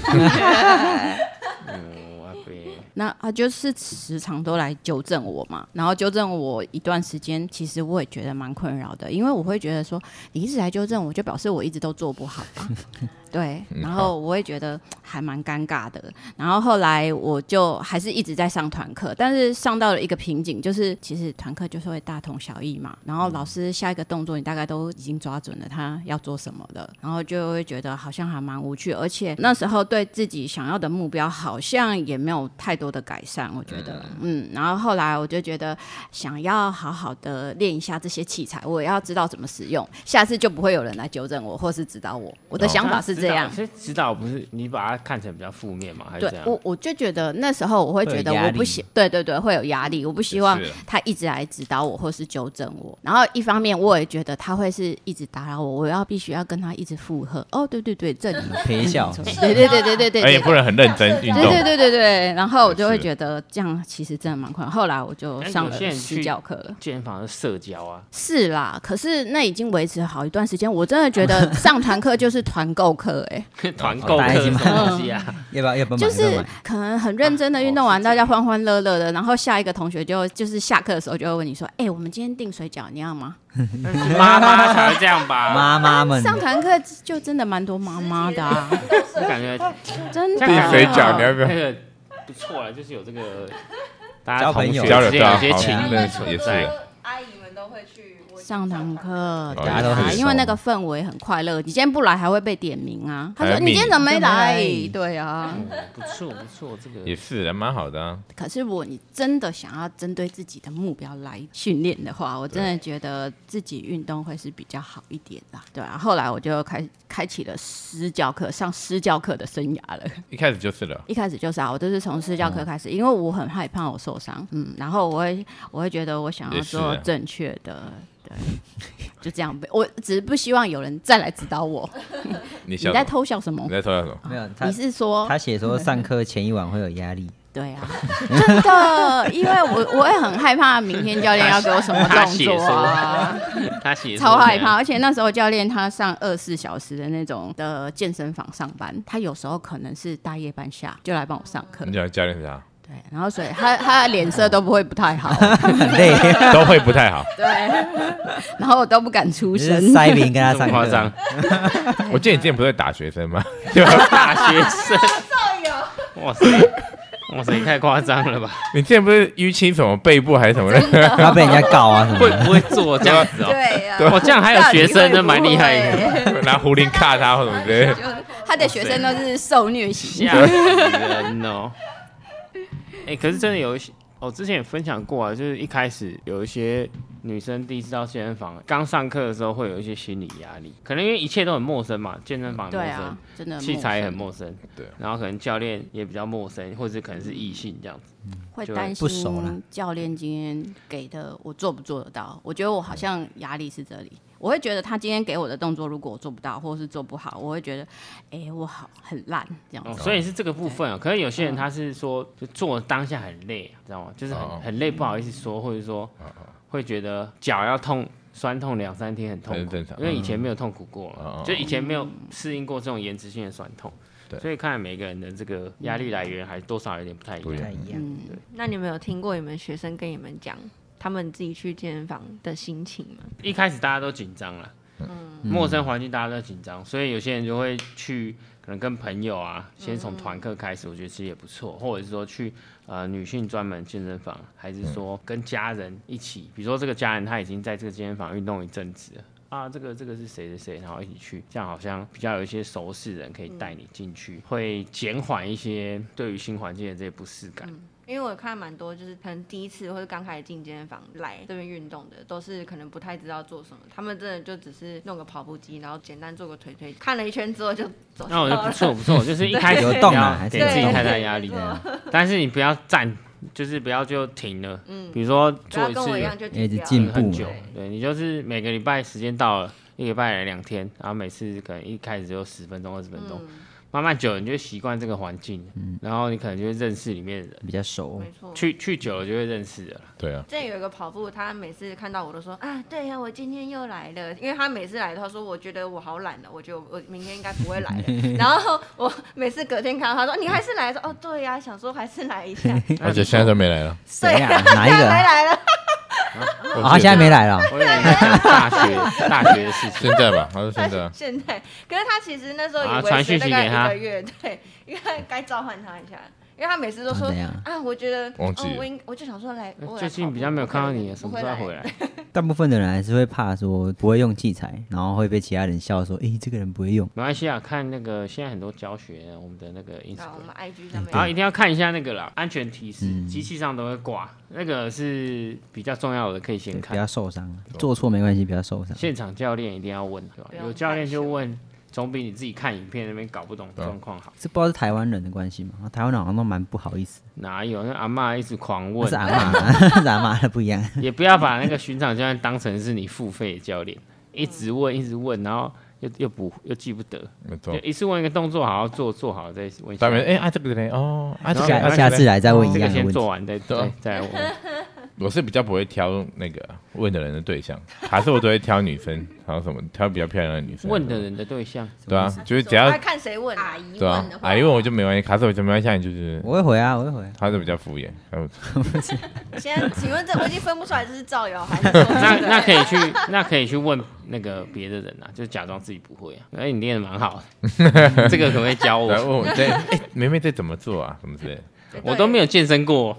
那他就是时常都来纠正我嘛，然后纠正我一段时间，其实我也觉得蛮困扰的，因为我会觉得说，你一直来纠正我，就表示我一直都做不好吧。对，然后我会觉得还蛮尴尬的。然后后来我就还是一直在上团课，但是上到了一个瓶颈，就是其实团课就是会大同小异嘛。然后老师下一个动作你大概都已经抓准了他要做什么了，然后就会觉得好像还蛮无趣，而且那时候对自己想要的目标好像也没有太多的改善，我觉得，然后后来我就觉得想要好好的练一下这些器材，我也要知道怎么使用，下次就不会有人来纠正我或是指导我。我的想法是这样。 所以指导不是你把它看成比较负面嘛，还是这样？ 对，我就觉得那时候我会觉得我不希，对，会有压力，我不希望他一直来指导我或是纠正我。然后一方面我也觉得他会是一直打扰我，我必须要跟他一直附和。哦，对，这里陪笑， 对， 而且不能很认真运动。 对。然后我就会觉得这样其实真的蛮困难。后来我就上了私教课了。 健身房的社交啊， 是啦，可是那已经维持好一段时间，我真的觉得上团课就是团购课， 团购课什么东西啊？ 要不就是可能很认真的运动完，大家欢欢乐乐的，然后下一个同学就是下课的时候就会问你说：“我们今天订水饺，你要吗？” 妈妈才会这样吧？ 妈妈们上团课就真的蛮多妈妈的啊， 我感觉真的订水饺你要不要？ 那个不错了，就是有这个大家交朋友交流有些情谊也是。 阿姨们都会去上堂课， 大家都很熟， 因为那个氛围很快乐。你今天不来还会被点名啊。他说你今天怎么没来？对啊， 不错，这个也是蛮好的啊。 可是如果你真的想要针对自己的目标来训练的话，我真的觉得自己运动会是比较好一点的。对啊，后来我就开启了私教课，上私教课的生涯了。 一开始就是了， 我都是从私教课开始，因为我很害怕我受伤，然后我会觉得我想要做正确的。对，就这样我只是不希望有人再来指导我。你在偷笑什么？ 你在偷笑什么？ 没有， 你是说他写说上课前一晚会有压力。 对啊，真的，因为我也很害怕明天教练要给我什么动作啊。 他写超害怕，而且那时候教练他上24小时的那种的健身房上班，他有时候可能是大夜班下就来帮我上课。 你讲教练是啥？ 对，然后所以他的脸色都不会不太好， 很累， 都会不太好。 对，然后我都不敢出声。 塞饼跟他上夸张。 我记得你之前不是打学生吗？ 大学生。哇塞，太夸张了吧！ 你之前不是淤青什么背部还是什么的？ 他被人家告啊什么？ 会不会做这样子哦？ 对呀， 这样还有学生，那蛮厉害的。 拿壶铃卡他或什么之类的。 他的学生都是受虐型， 吓死人哦！可是真的有一些，之前也分享过啊，就是一开始有一些女生第一次到健身房，刚上课的时候会有一些心理压力，可能因为一切都很陌生嘛，健身房很陌生， 对啊，真的器材也很陌生， 对， 然后可能教练也比较陌生，或者可能是异性这样子， 会担不熟了心教练今天给的我做不做得到。我觉得我好像压力是这里，我会觉得他今天给我的动作，如果我做不到或是做不好，我会觉得，我很烂这样子。 所以是这个部分啊。可是有些人他是说，就做当下很累，知道吗？就是很累，不好意思说，或者说会觉得脚要痛。酸痛2-3天很痛苦，因为以前没有痛苦过嘛，就以前没有适应过这种延迟性的酸痛，所以看来每个人的这个压力来源还多少有点不太一样。 那你们有听过你们学生跟你们讲他们自己去健身房的心情吗？ 一开始大家都紧张了，陌生环境大家都紧张，所以有些人就会去，可能跟朋友啊，先从团课开始，我觉得其实也不错，或者是说去女性专门健身房，还是说跟家人一起，比如说这个家人他已经在这个健身房运动一阵子了。啊，这个是谁，然后一起去，这样好像比较有一些熟识人可以带你进去，会减缓一些对于新环境的这些不适感。 因为我看蛮多，就是可能第一次或者刚开始进健身房来这边运动的，都是可能不太知道做什么，他们真的就只是弄个跑步机，然后简单做个腿推，看了一圈之后就走。 那我觉得不错，就是一开始不要给自己太大压力，但是你不要站。就是不要就停了，比如说做一次一直进步很久，对你就是每个礼拜时间到了，一个礼拜来2天，然后每次可能一开始只有10分钟、20分钟，慢慢久了你就会习惯这个环境，然后你可能就会认识里面的人， 比较熟， 没错， 去久了就会认识了。 对啊， 之前有一个跑步，他每次看到我都说啊，对呀，我今天又来了，因为他每次来他说我觉得我好懒了，我觉得我明天应该不会来了，然后我每次隔天看到他说你还是来，说哦对呀，想说还是来一下， 而且现在都没来了， 谁啊？哪一个？ 没来了。 他现在没来了。 我以为你在讲大学的事情。 现在吧，他说现在。 现在，可是他其实那时候以为传讯息给他 1个月，对，因为该召唤他一下，因为他每次都说啊，我觉得忘记了， 我就想说来， 最近比较没有看到你，什么时候回来？ 大部分的人还是会怕说不会用器材，然后会被其他人笑说，这个人不会用。 没关系啊，看那个现在很多教学，我们的那个 Instagram， 我们 IG 上面， 然后一定要看一下那个啦，安全提示，机器上都会挂，那个是比较重要的，可以先看。 不要受伤，做错没关系，不要受伤。 现场教练一定要问，对吧？有教练就问。总比你自己看影片那边搞不懂状况好。 这不知道是台湾人的关系吗？台湾人好像都蛮不好意思。 哪有？那阿嬷一直狂问。 是阿嬷，是阿嬷的不一样。 也不要把那个巡场教练当成是你付费的教练，一直问，然后又记不得。 没错。 一次问一个动作，好好做好再问。 当然，这个人哦， 下次来再问一样的问题。 这个先做完再来问。 我是比较不会挑那个问的人的对象，还是我都会挑女生，然后什么挑比较漂亮的女生。 问的人的对象， 对啊，就是只要看谁问，阿姨对啊，阿姨问我就没关系，卡斯我就没关系，你就是我会回啊， 他是比较敷衍。 先，请问我已经分不出来这是造谣还是那可以去问那个别的人啊，就假装自己不会啊。你练得蛮好的，这个可不可以教我？ 来问我妹妹这怎么做啊？什么之类的， 我都没有健身过。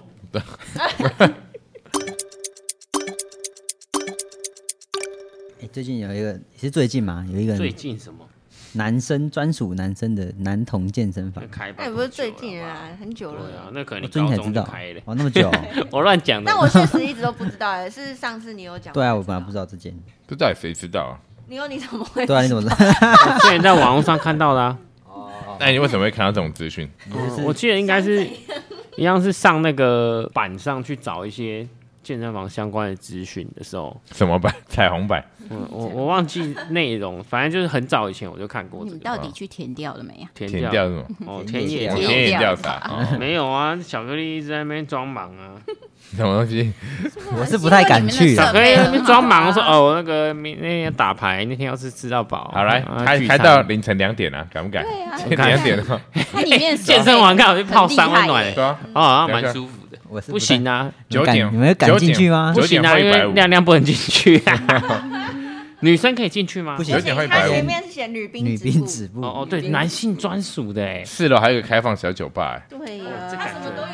最近有一个也是最近嘛，有一个最近什么男生专属男生的男童健身房， 那也不是最近啊，很久了。 对啊，那可能你最近才知道开的哦，那么久， 我乱讲的。 但我确实一直都不知道，是上次你有讲。 对啊，我本来不知道这件， 不知道谁知道啊？ 你怎么会？ 对啊，你怎么知道？ 之前在网络上看到的啊。 那你为什么会看到这种资讯？ 我记得应该是一样是上那个板上去找一些健身房相关的资讯的时候， 什么版？彩虹版？ 我忘记内容，反正就是很早以前我就看过。 你到底去填掉了没啊？ 填掉什么？ 田野调查。 没有啊，巧克力一直在那边装忙啊。 什么东西？ 我是不太敢去。 巧克力在那边装忙，说哦，那个那天打牌，那天要是吃到饱。 好来，开到凌晨2点啊，敢不敢？ 对啊 2点哦。 它里面健身完刚好去泡3温暖， 对啊， 好像蛮舒服的。不行啊 ，9点， 你们敢进去吗？ 不行啊，因为亮不能进去啊。女生可以进去吗？ 不行， 它前面是写女兵止步。 哦，对，男性专属的哎。 4楼还有一个开放小酒吧。 对呀，他什么都有，他还玩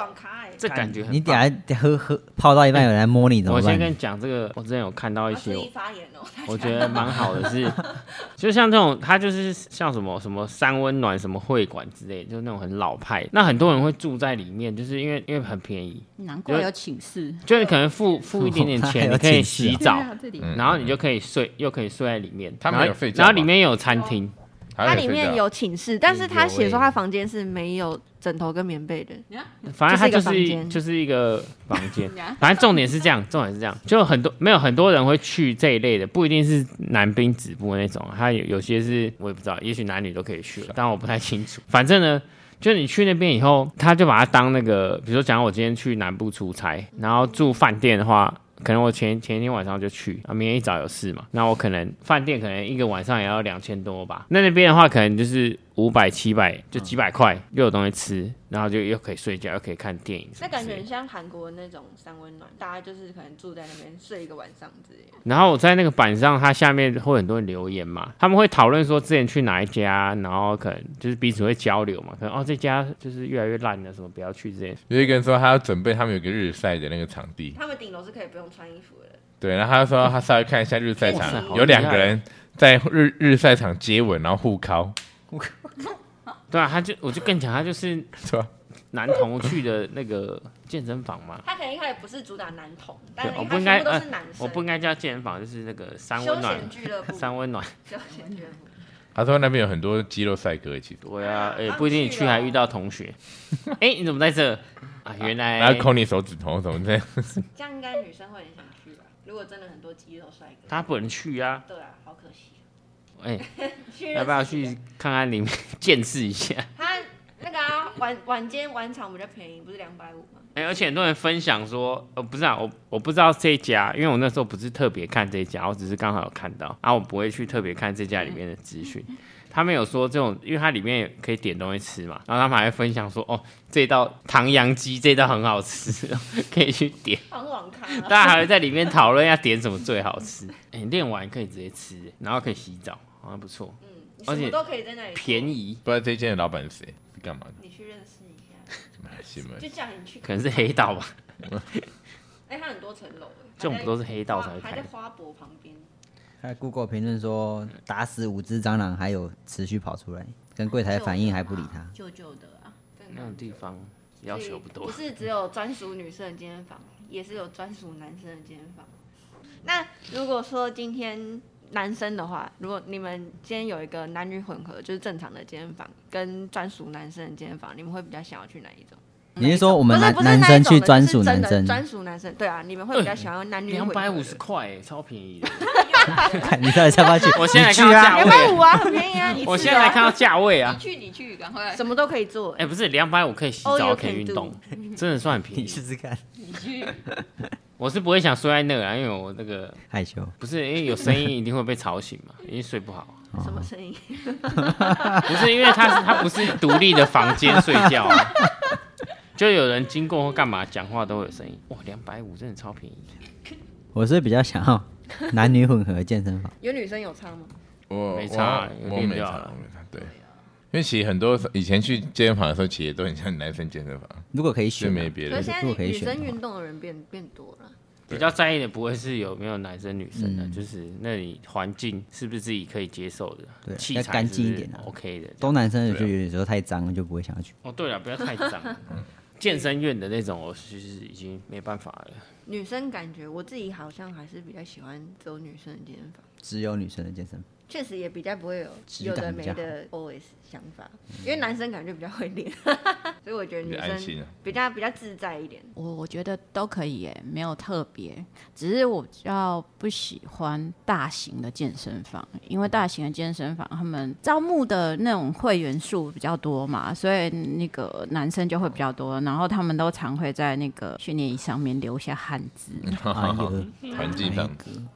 网咖这感觉很棒。 你等下喝泡到一半有人来摸你怎么办？ 我先跟你讲这个，我之前有看到一些， 发言哦， 我觉得蛮好的是，就像这种，它就是像什么三温暖什么会馆之类的，就是那种很老派。那很多人会住在里面，就是因为很便宜， 难怪有寝室， 就你可能付一点点钱，你可以洗澡，然后你就可以睡，又可以睡在里面。 他们有睡觉， 然后里面有餐厅。 它里面有寝室，但是他写说他房间是没有枕头跟棉被的， 反正它就是一个房间。反正重点是这样，就没有很多人会去这一类的，不一定是男兵止步那种，他有些是我也不知道，也许男女都可以去，但我不太清楚。反正呢，就你去那边以后，他就把它当那个，比如说讲我今天去南部出差，然后住饭店的话。可能我前一天晚上就去，明天一早有事嘛，那我可能饭店可能一个晚上也要2000多吧。那边的话，可能就是500、700，就几百块，又有东西吃，然后就又可以睡觉，又可以看电影。 那感觉很像韩国那种三温暖，大家就是可能住在那边睡一个晚上之类的。 然后我在那个板上，它下面会很多人留言嘛，他们会讨论说之前去哪一家，然后可能就是彼此会交流嘛，可能这家就是越来越烂了，什么不要去之类的。 有一个人说他要准备他们有个日晒的那个场地， 他们顶楼是可以不用穿衣服的。 对，然后他说他稍微看一下日晒场，有2个人在日晒场接吻，然后互靠。 对啊，我就跟你讲，他就是男同去的那个健身房嘛。 他可能一开始不是主打男同，但是我不应该都是男生。 我不应该叫健身房，就是那个三温暖俱乐部。 三温暖休闲俱乐部。 他说那边有很多肌肉帅哥，其实。 对啊，不一定你去还遇到同学。你怎么在这啊？原来。 然后抠你手指头什么的。 这样应该女生会很想去吧？如果真的很多肌肉帅哥。 他不能去啊。 对啊，好可惜。 要不要去看看里面见识一下？ 他那个晚间晚场比较便宜，不是250吗？ 而且很多人分享说，不是啊，我不知道这一家，因为我那时候不是特别看这一家，我只是刚好有看到，我不会去特别看这家里面的资讯。他们有说这种，因为它里面也可以点东西吃嘛，然后他们还分享说，这道唐扬鸡这道很好吃，可以去点。 好网咖。 大家还会在里面讨论要点什么最好吃。练完可以直接吃，然后可以洗澡，好像不错。 而且都可以在那里便宜。 不知道这间的老板是谁，是干嘛的？ 你去认识一下。就叫你去。 可能是黑道吧。 他很多层楼。 这种不都是黑道才会开？ 还在花博旁边。 他 Google 评论说，打死5只蟑螂还有持续跑出来，跟柜台反应还不理他。 旧的啊， 那种地方要求不多。 不是只有专属女生的健身房，也是有专属男生的健身房。那如果说今天男生的话，如果你们今天有一个男女混合，就是正常的健身房跟专属男生的健身房，你们会比较想要去哪一种？ 你是说我们男生去专属男生？ 专属男生，对啊，你们会比较想要男女混合 ？250块，超便宜的。 你到底要不要去？ 我现在看到价位 250啊，很便宜啊！ 我现在看到价位啊， 你去，赶快， 什么都可以做。 不是250可以洗澡，可以运动，真的算很便宜。 你试试看。 你去。 我是不会想睡在那啊，因为我那个害羞。 不是因为有声音一定会被吵醒嘛，一定睡不好。 什么声音？ 不是因为它不是独立的房间睡觉啊。就有人经过或干嘛讲话都会有声音。哇，250真的超便宜。 我是比较想要男女混合健身房。 有女生有差吗？ 我没差， 我没差，对。因为其实很多以前去健身房的时候，其实都很像男生健身房。 如果可以选， 没别的。 可是现在女生运动的人变多了。 比较在意的不会是有没有男生女生的，就是那里环境是不是自己可以接受的， 对， 器材要干净一点 ，OK 的。 都男生的就有时候太脏了，就不会想要去。 对了，不要太脏。健身院的那种，我其实已经没办法了。 女生感觉我自己好像还是比较喜欢只有女生的健身房， 只有女生的健身房。 确实也比较不会有的没的 OS 想法，因为男生感觉比较会练，所以我觉得女生比较自在一点。 我觉得都可以耶，没有特别，只是我比较不喜欢大型的健身房，因为大型的健身房他们招募的那种会员数比较多嘛，所以那个男生就会比较多，然后他们都常会在那个训练仪上面留下汗渍， 环境上。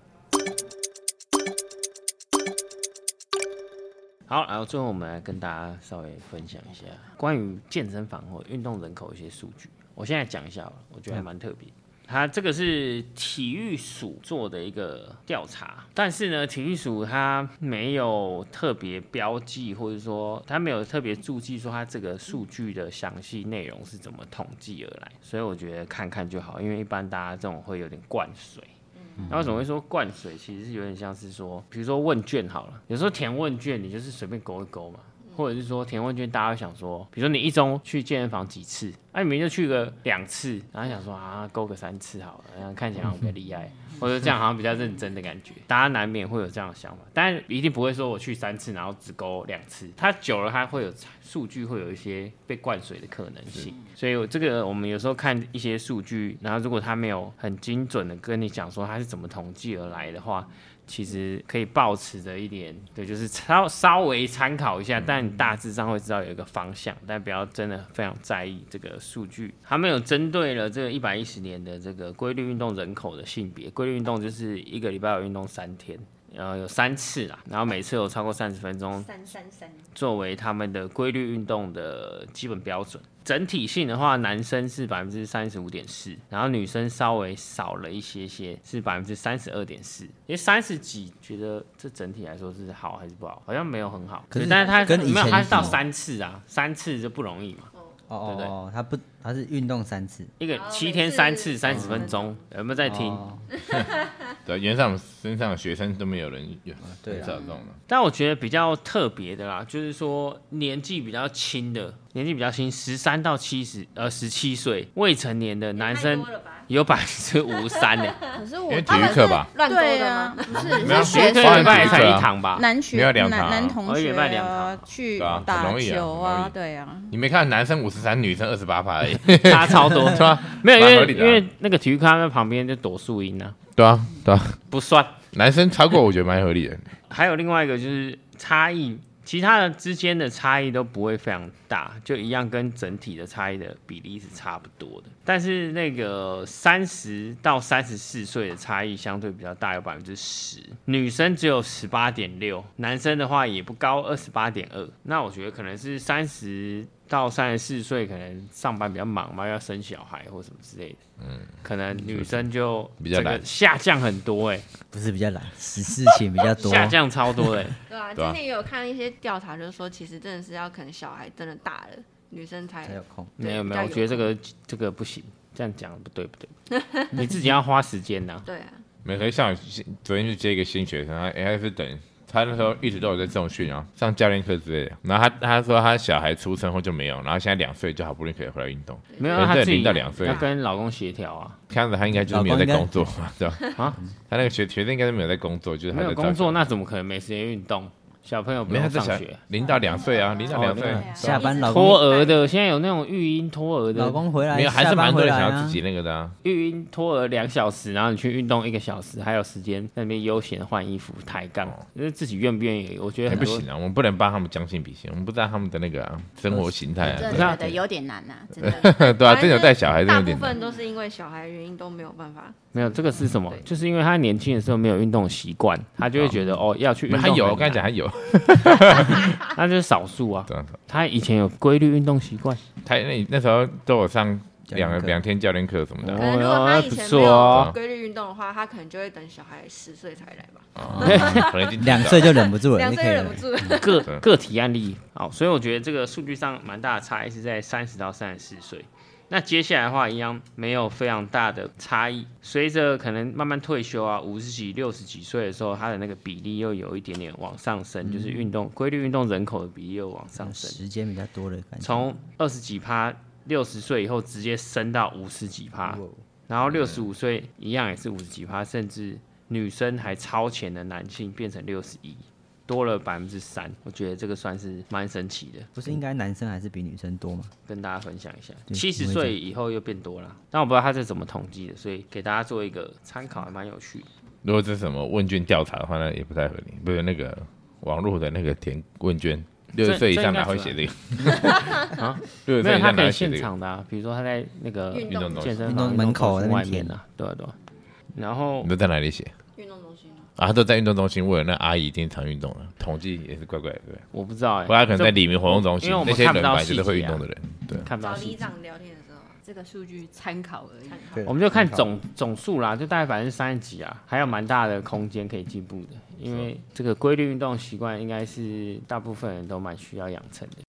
好，然后最后我们来跟大家稍微分享一下关于健身房或运动人口一些数据。我现在讲一下，我觉得还蛮特别。 它这个是体育署做的一个调查，但是呢，体育署它没有特别标记，或者说它没有特别注记说它这个数据的详细内容是怎么统计而来，所以我觉得看看就好，因为一般大家这种会有点灌水。那为什么会说灌水？其实是有点像是说，比如说问卷好了，有时候填问卷你就是随便勾一勾嘛，或者是说填问卷大家会想说，比如说你一周去健身房几次，你明明就去个2次，然后想说勾个3次好了，然后看起来好像比较厉害，或者这样好像比较认真的感觉，大家难免会有这样的想法，但一定不会说我去3次然后只勾2次，它久了它会有数据会有一些被灌水的可能性，所以这个我们有时候看一些数据，然后如果它没有很精准的跟你讲说它是怎么统计而来的话，其实可以抱持着一点，对，就是稍微参考一下，但你大致上会知道有一个方向，但不要真的非常在意这个数据。他们有针对了这个110年的这个规律运动人口的性别，规律运动就是一个礼拜有运动3天。有3次啦，然后每次有超过30分钟，333作为他们的规律运动的基本标准。整体性的话，男生是35.4%，然后女生稍微少了一些些，是32.4%。因为30几，觉得这整体来说是好还是不好？好像没有很好，但是他没有，他是到3次啊，3次就不容易嘛。对不对？ 他是运动3次， 一个7天3次30分钟，有没有在听？ 对，原上身上的学生都没有人有很少这种的。 但我觉得比较特别的啦，就是说年纪比较轻，13到17岁未成年的男生有53%呢。 可是因为体育课吧， 乱勾的吗？ 不是， 没有学课1礼拜才1堂吧？ 男同学去打球啊，对啊。 你没看男生53，女生28%而已， 差超多， 是吧？ 没有，因为那个体育课他们旁边就躲树荫啊。 对啊， 不算。 男生超过我觉得蛮合理的。 还有另外一个就是差异，其他的之间的差异都不会非常大，就一样跟整体的差异的比例是差不多的。但是那个30到34岁的差异相对比较大，有10%，女生只有18.6%，男生的话也不高，28.2%。那我觉得可能是30到34岁，可能上班比较忙嘛，要生小孩或什么之类的。可能女生就比较懒，下降很多不是比较懒，事情比较多， 下降超多对啊，之前也有看一些调查，就是说其实真的是要可能小孩真的大了，女生才有空。 没有，我觉得这个不行，这样讲不对，你自己要花时间呐。 对啊， 没可以像昨天去接一个新学生，他是等。他那时候一直都有在重训啊，上教练课之类的。然后他说他小孩出生后就没有，然后现在2岁就好不容易可以回来运动。 没有，他自己 0到2岁要跟老公协调啊。 看着他应该就是没有在工作嘛，对吧？他那个学生应该是没有在工作，就是没有工作，那怎么可能没时间运动？小朋友不用上学 ，0到2岁啊，0到2岁下班老公托儿的，现在有那种育婴托儿的， 老公回来没有，还是蛮多人想要自己那个的啊。 育婴托儿2小时，然后你去运动1个小时，还有时间在那边悠闲换衣服、抬杠，就是自己愿不愿意？我觉得很不行啊，我们不能帮他们将心比心，我们不知道他们的那个生活形态啊，对，有点难啊，真的。 对啊，真有带小孩，真有点难。 大部分都是因为小孩原因都没有办法。 没有这个是什么？就是因为他年轻的时候没有运动习惯，他就会觉得要去运动。 他有，我刚才讲他有。 那就是少数啊。他以前有规律运动习惯， 他那时候都有上两天教练课什么的。 可能如果他以前没有规律运动的话，他可能就会等小孩10岁才来吧。 可能 2岁就忍不住了 ，2岁就忍不住了。 个体案例好，所以我觉得这个数据上蛮大的差异是在30到34岁。那接下来的话，一样没有非常大的差异。随着可能慢慢退休啊，50几、60几岁的时候，它的那个比例又有一点点往上升，就是规律运动人口的比例又往上升， 时间比较多的感觉。 从20几%，60岁以后直接升到50几%，然后65岁一样也是50几%，甚至女生还超前的男性变成61%。多了3%，我觉得这个算是蛮神奇的。 不是应该男生还是比女生多吗？ 跟大家分享一下，70岁以后又变多了，但我不知道他是怎么统计的，所以给大家做一个参考，还蛮有趣的。 如果是什么问卷调查的话，那也不太合理。不是那个网络的那个填问卷，60岁以上哪会写这个？ 啊，没有，他可以现场的啊，比如说他在那个健身房门口外面啊，对。然后你都在哪里写？ 运动中心啊，他都在运动中心，为了那阿姨一定常运动了，统计也是怪怪的，对。 我不知道不然可能在里面活动中心，那些人本来就是会运动的人，对。 看不到找里长聊天的时候， 这个数据参考而已。 我们就看总数啦，就大概30%几啊，还有蛮大的空间可以进步的。因为这个规律运动习惯应该是大部分人都蛮需要养成的。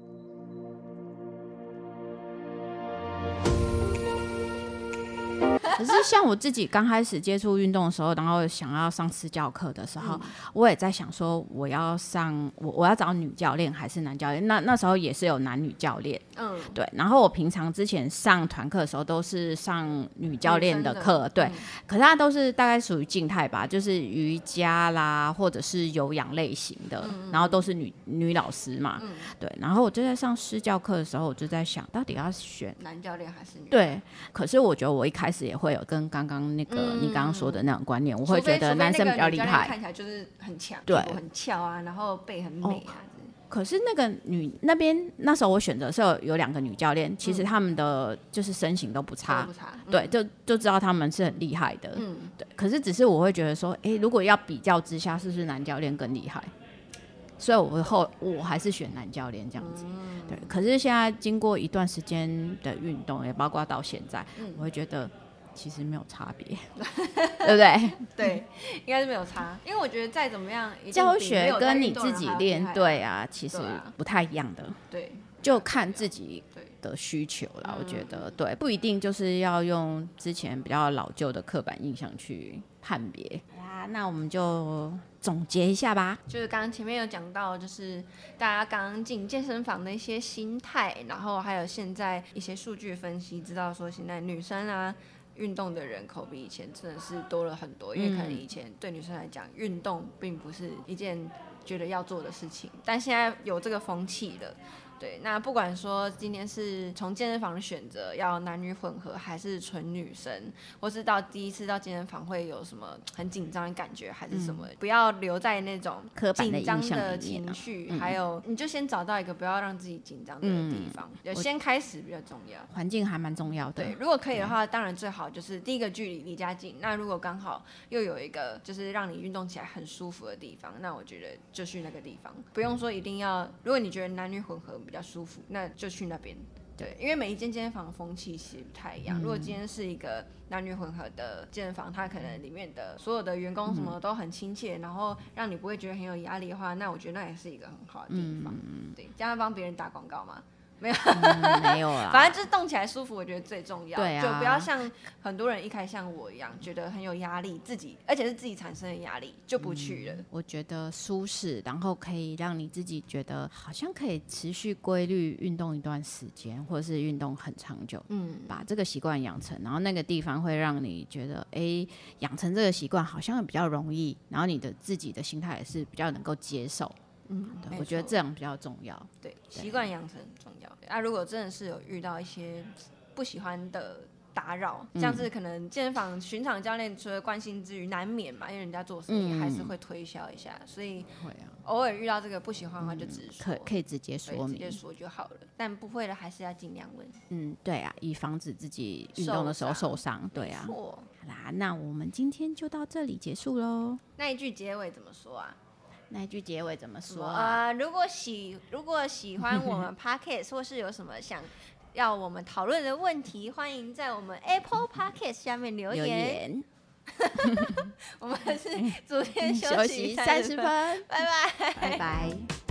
可是像我自己刚开始接触运动的时候，然后想要上私教课的时候，我也在想说我要上我要找女教练还是男教练？那时候也是有男女教练，对。然后我平常之前上团课的时候都是上女教练的课，对。可是它都是大概属于静态吧，就是瑜伽啦，或者是有氧类型的，然后都是女老师嘛，对。然后我就在上私教课的时候，我就在想到底要选男教练还是女？ 对。可是我觉得我一开始也会有跟刚刚那个你刚刚说的那种观念，我会觉得男生比较厉害， 看起来就是很强， 对， 很翘啊，然后背很美啊。 可是那个那边那时候我选择是有2个女教练，其实他们的就是身形都不差，对，就知道他们是很厉害的，对。可是只是我会觉得说，如果要比较之下，是不是男教练更厉害？所以我还是选男教练这样子，对。可是现在经过一段时间的运动，也包括到现在，我会觉得其实没有差别，对不对？ 对，应该是没有差，因为我觉得再怎么样， 教学跟你自己练，对啊，其实不太一样的， 对， 就看自己的需求啦。我觉得对，不一定就是要用之前比较老旧的刻板印象去判别。那我们就总结一下吧， 就是刚刚前面有讲到，就是大家刚刚进健身房的一些心态，然后还有现在一些数据分析，知道说现在女生啊运动的人口比以前真的是多了很多，因为可能以前对女生来讲，运动并不是一件觉得要做的事情，但现在有这个风气了。对，那不管说今天是从健身房选择要男女混合，还是纯女生，或是到第一次到健身房会有什么很紧张的感觉，还是什么，不要留在那种紧张的情绪，还有你就先找到一个不要让自己紧张的地方，先开始比较重要， 环境还蛮重要的。 对，如果可以的话，当然最好就是第一个距离家近，那如果刚好又有一个就是让你运动起来很舒服的地方，那我觉得就去那个地方，不用说一定要，如果你觉得男女混合比较舒服，那就去那边。对，因为每一间健身房的风气其实不太一样。如果今天是一个男女混合的健身房，它可能里面的所有的员工什么都很亲切，然后让你不会觉得很有压力的话，那我觉得那也是一个很好的地方。对，这样帮别人打广告吗？没有， 没有啦。 反正就是动起来舒服，我觉得最重要。 对啊， 就不要像很多人一开始像我一样，觉得很有压力，而且是自己产生的压力，就不去了。 我觉得舒适，然后可以让你自己觉得好像可以持续规律运动一段时间，或者是运动很长久。把这个习惯养成，然后那个地方会让你觉得，养成这个习惯好像比较容易，然后你的自己的心态也是比较能够接受。对，我觉得这样比较重要。 对，习惯养成很重要。如果真的是有遇到一些不喜欢的打扰，像是可能健身房巡场教练除了关心之余，难免嘛，因为人家做生意还是会推销一下，所以偶尔遇到这个不喜欢的话，就直说， 可以直接说明， 直接说就好了。但不会的，还是要尽量问。 对啊，以防止自己运动的时候受伤。对啊。好啦，那我们今天就到这里结束喽。 那一句结尾怎么说啊？ 那一句结尾怎么说啊？ 如果喜欢我们 Podcast 或是有什么想要我们讨论的问题，欢迎在我们 Apple Podcast 下面留言。我们是昨天休息30分，拜拜， 拜拜。